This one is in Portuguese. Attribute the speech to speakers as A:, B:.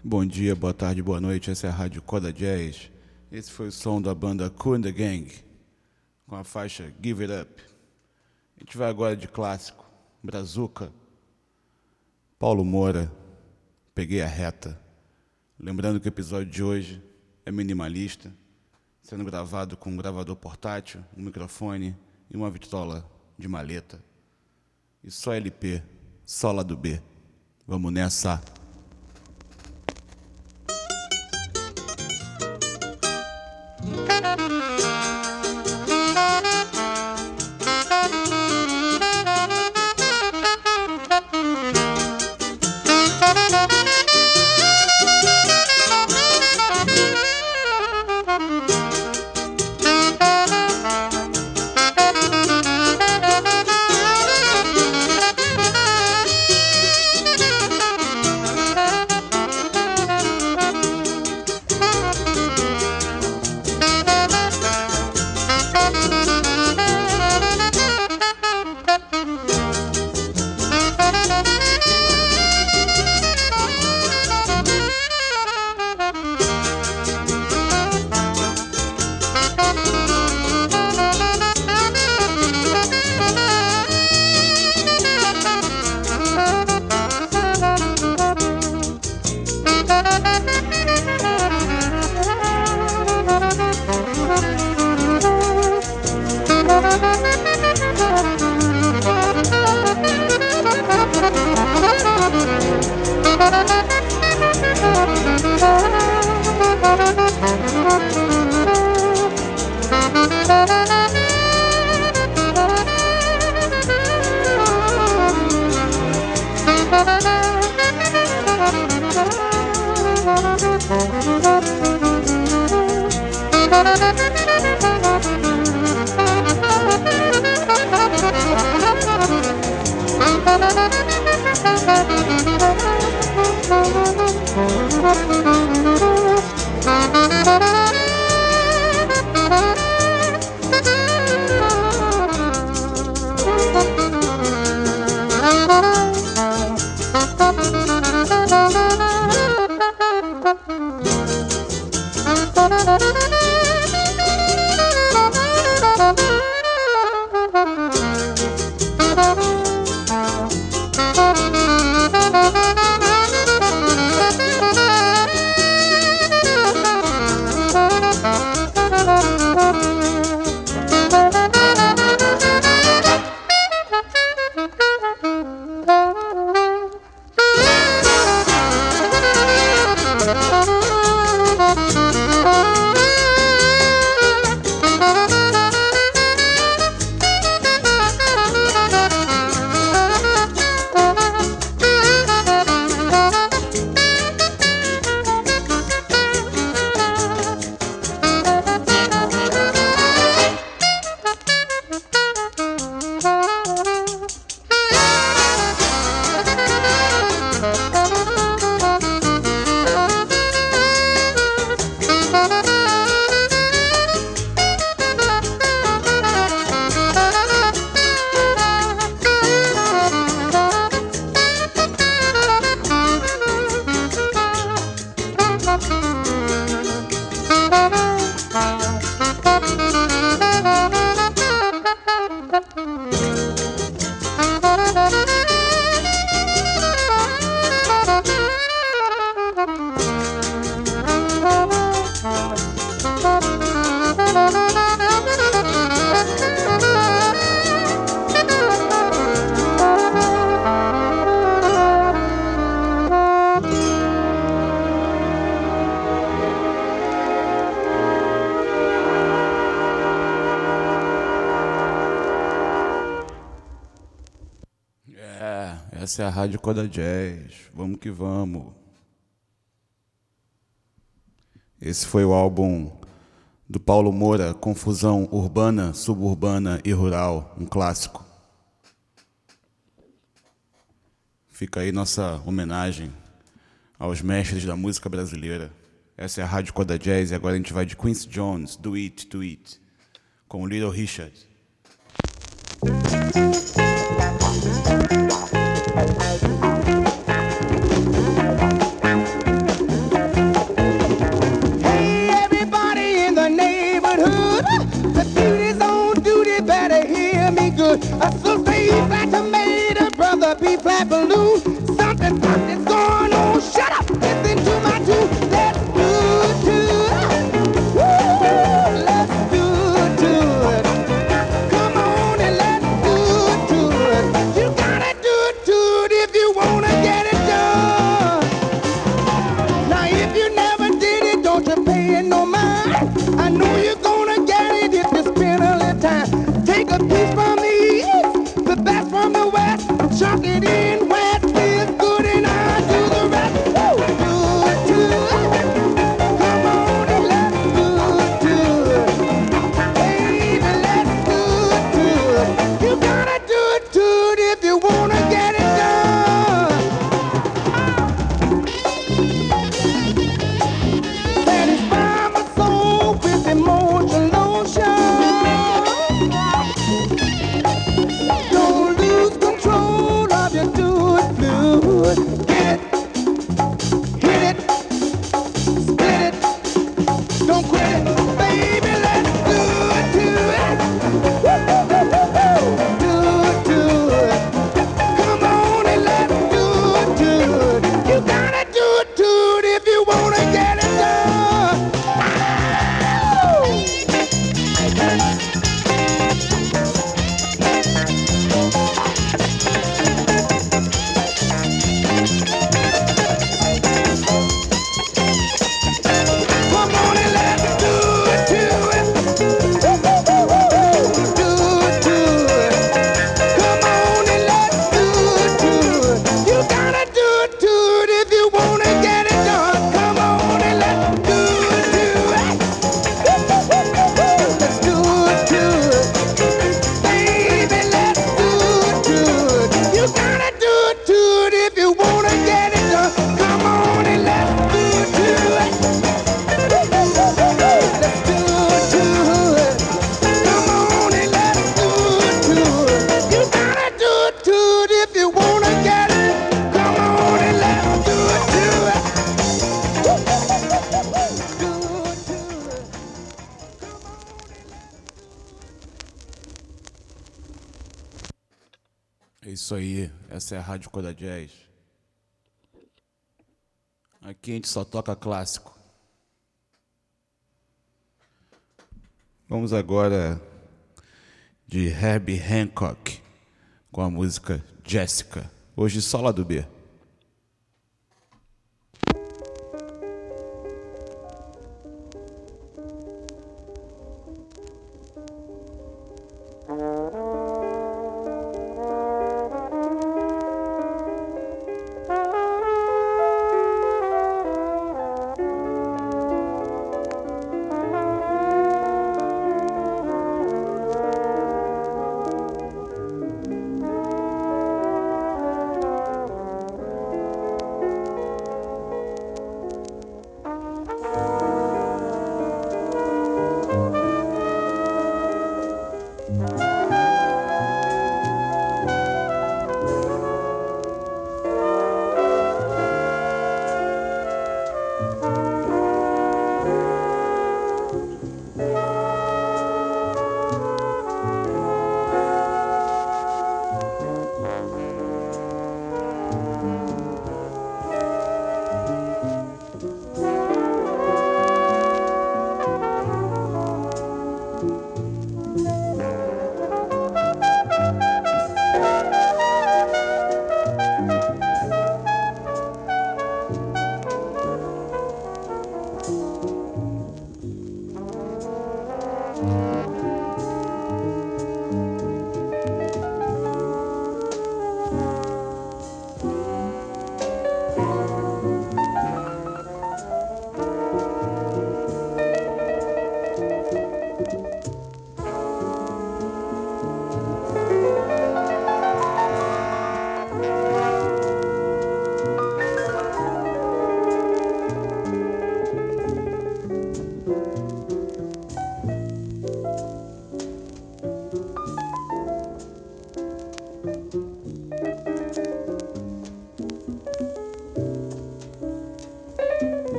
A: Bom dia, boa tarde, boa noite, essa é a Rádio Coda Jazz. Esse foi o som da banda Kool and the Gang, com a faixa Give It Up. A gente vai agora de clássico, Brazuca, Paulo Moura, Peguei a Reta. Lembrando que o episódio de hoje é minimalista, sendo gravado com um gravador portátil, um microfone e uma vitrola de maleta. E só LP, só lado B. Vamos nessa! Essa é a Rádio Coda Jazz. Vamos que vamos. Esse foi o álbum do Paulo Moura, Confusão Urbana, Suburbana e Rural, um clássico. Fica aí nossa homenagem aos mestres da música brasileira. Essa é a Rádio Coda Jazz e agora a gente vai de Quincy Jones, Do It, Do It, com Little Richard.
B: Something hot is going on. Shut up, listen to my tune. Let's do it. Woo, let's do it. Come on and let's do it. You gotta do it if you wanna get it done. Now if you never did it, don't you pay it no mind. I know you're gonna get it if you spend a little time. Take a piece from the east, the best from the west, chuck it in where it feels good, and I'll do the rest. Woo! Do it. Come on and let's do it. Baby, let's do it. You gotta do it if you wanna get it done. Satisfy my soul with emotion lotion. Don't lose control of your do it fluid. Get it, hit it, split it, don't quit it. Baby, let's do it to it. Do it. Come on and let's do it. You gotta do it if you wanna get it done. Come on and let's do it to it. Do it to it. Come on and let's do it to it. You gotta do it if you wanna get it done. Come on and let's do it to it. Let's do it to it. Baby, let's do it to it. You gotta do it if you wanna get it done. Come on and let's do it to it. Let's do it to it. Come on and let's do it to it. You gotta do it if you wanna get it. Come on and let's do it to it. Do it to it.
A: É isso aí, essa é a Rádio Coda Jazz. Aqui a gente só toca clássico. Vamos agora de Herbie Hancock com a música Jessica. Hoje só lá do B.